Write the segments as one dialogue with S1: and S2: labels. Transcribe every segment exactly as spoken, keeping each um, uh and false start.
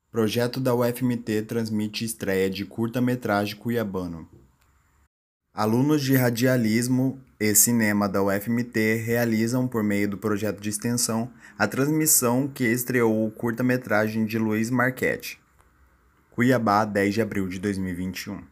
S1: Projeto da U F M T transmite estreia de curta-metragem cuiabano. Alunos de radialismo e cinema da U F M T realizam, por meio do projeto de extensão, a transmissão que estreou o curta-metragem de Luiz Marchetti, Cuiabá, dez de abril de dois mil e vinte e um.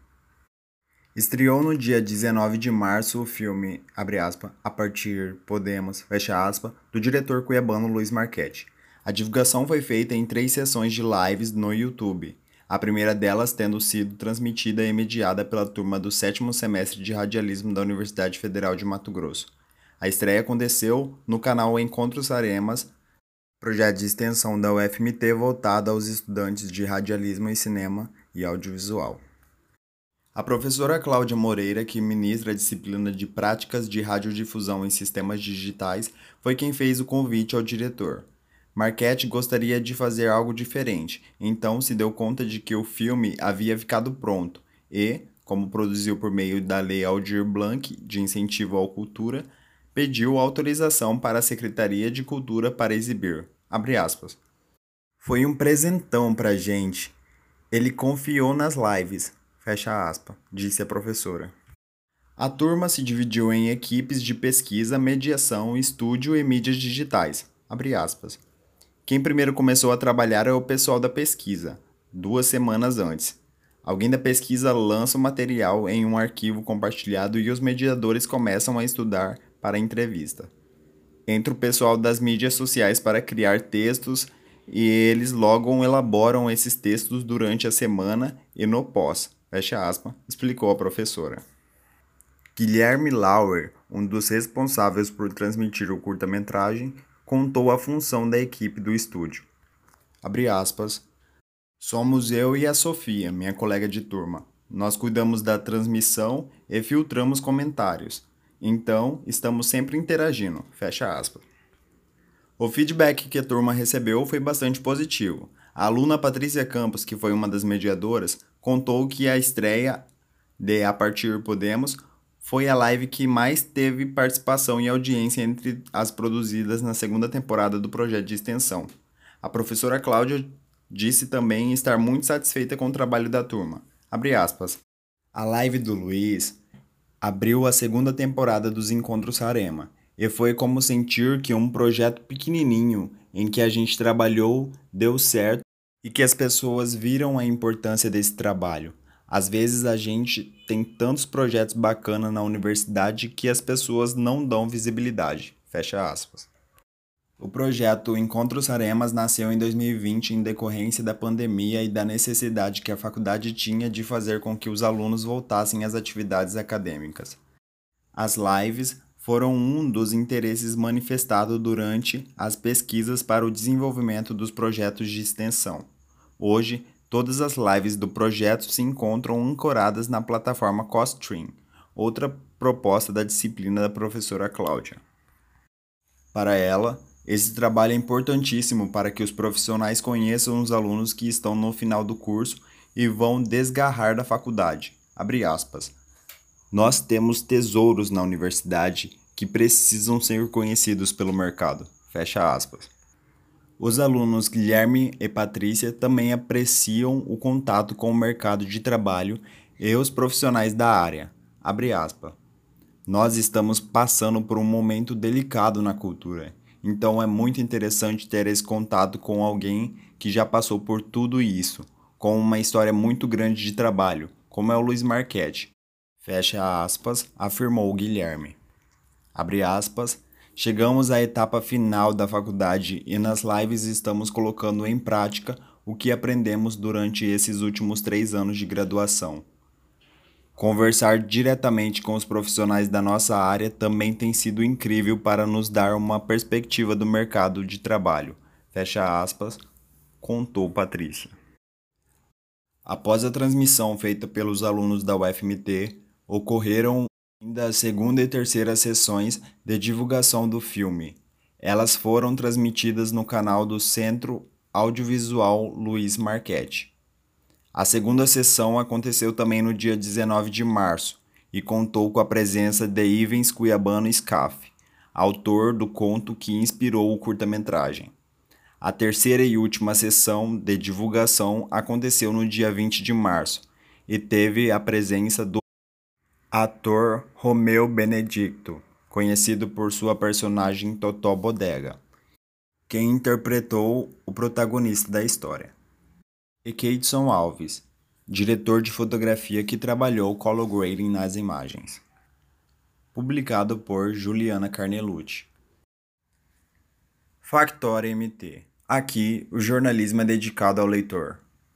S1: Estreou no dia dezenove de março o filme, abre aspas, A Partir, Podemos, fecha aspas, do diretor cuiabano Luiz Marchetti. A divulgação foi feita em três sessões de lives no YouTube, a primeira delas tendo sido transmitida e mediada pela turma do sétimo semestre de radialismo da Universidade Federal de Mato Grosso. A estreia aconteceu no canal Encontros Aremas, projeto de extensão da U F M T voltado aos estudantes de radialismo em cinema e audiovisual. A professora Cláudia Moreira, que ministra a disciplina de Práticas de Radiodifusão em Sistemas Digitais, foi quem fez o convite ao diretor. Marchetti gostaria de fazer algo diferente, então se deu conta de que o filme havia ficado pronto e, como produziu por meio da Lei Aldir Blanc de Incentivo à Cultura, pediu autorização para a Secretaria de Cultura para exibir. Abre aspas. Foi um presentão pra gente. Ele confiou nas lives. Fecha aspas, disse a professora. A turma se dividiu em equipes de pesquisa, mediação, estúdio e mídias digitais. Abre aspas. Quem primeiro começou a trabalhar é o pessoal da pesquisa, duas semanas antes. Alguém da pesquisa lança o material em um arquivo compartilhado e os mediadores começam a estudar para a entrevista. Entra o pessoal das mídias sociais para criar textos e eles logo elaboram esses textos durante a semana e no pós, fecha aspas, explicou a professora. Guilherme Lauer, um dos responsáveis por transmitir o curta-metragem, contou a função da equipe do estúdio. Abre aspas. Somos eu e a Sofia, minha colega de turma. Nós cuidamos da transmissão e filtramos comentários. Então, estamos sempre interagindo. Fecha aspas. O feedback que a turma recebeu foi bastante positivo. A aluna Patrícia Campos, que foi uma das mediadoras, contou que a estreia de A Partir Podemos foi a live que mais teve participação e audiência entre as produzidas na segunda temporada do projeto de extensão. A professora Cláudia disse também estar muito satisfeita com o trabalho da turma. Abre aspas. A live do Luiz abriu a segunda temporada dos Encontros Harema, e foi como sentir que um projeto pequenininho em que a gente trabalhou deu certo e que as pessoas viram a importância desse trabalho. Às vezes a gente tem tantos projetos bacanas na universidade que as pessoas não dão visibilidade. Fecha aspas. O projeto Encontros Aremas nasceu em dois mil e vinte em decorrência da pandemia e da necessidade que a faculdade tinha de fazer com que os alunos voltassem às atividades acadêmicas. As lives foram um dos interesses manifestados durante as pesquisas para o desenvolvimento dos projetos de extensão. Hoje, todas as lives do projeto se encontram ancoradas na plataforma CoStream, outra proposta da disciplina da professora Cláudia. Para ela, esse trabalho é importantíssimo para que os profissionais conheçam os alunos que estão no final do curso e vão desgarrar da faculdade. Abre aspas. Nós temos tesouros na universidade que precisam ser conhecidos pelo mercado. Fecha aspas. Os alunos Guilherme e Patrícia também apreciam o contato com o mercado de trabalho e os profissionais da área. Abre aspas. Nós estamos passando por um momento delicado na cultura, então é muito interessante ter esse contato com alguém que já passou por tudo isso, com uma história muito grande de trabalho, como é o Luiz Marchetti. Fecha aspas, afirmou o Guilherme. Abre aspas. Chegamos à etapa final da faculdade e nas lives estamos colocando em prática o que aprendemos durante esses últimos três anos de graduação. Conversar diretamente com os profissionais da nossa área também tem sido incrível para nos dar uma perspectiva do mercado de trabalho. Fecha aspas, contou Patrícia. Após a transmissão feita pelos alunos da U F M T, ocorreram ainda a segunda e terceira sessões de divulgação do filme. Elas foram transmitidas no canal do Centro Audiovisual Luiz Marchetti. A segunda sessão aconteceu também no dia dezenove de março e contou com a presença de Ivens Cuiabano Scaff, autor do conto que inspirou o curta-metragem. A terceira e última sessão de divulgação aconteceu no dia vinte de março e teve a presença do ator Romeu Benedicto, conhecido por sua personagem Totó Bodega, quem interpretou o protagonista da história. E Keidson Alves, diretor de fotografia que trabalhou color grading nas imagens. Publicado por Juliana Carnelucci. Factória M T. Aqui, o jornalismo é dedicado ao leitor.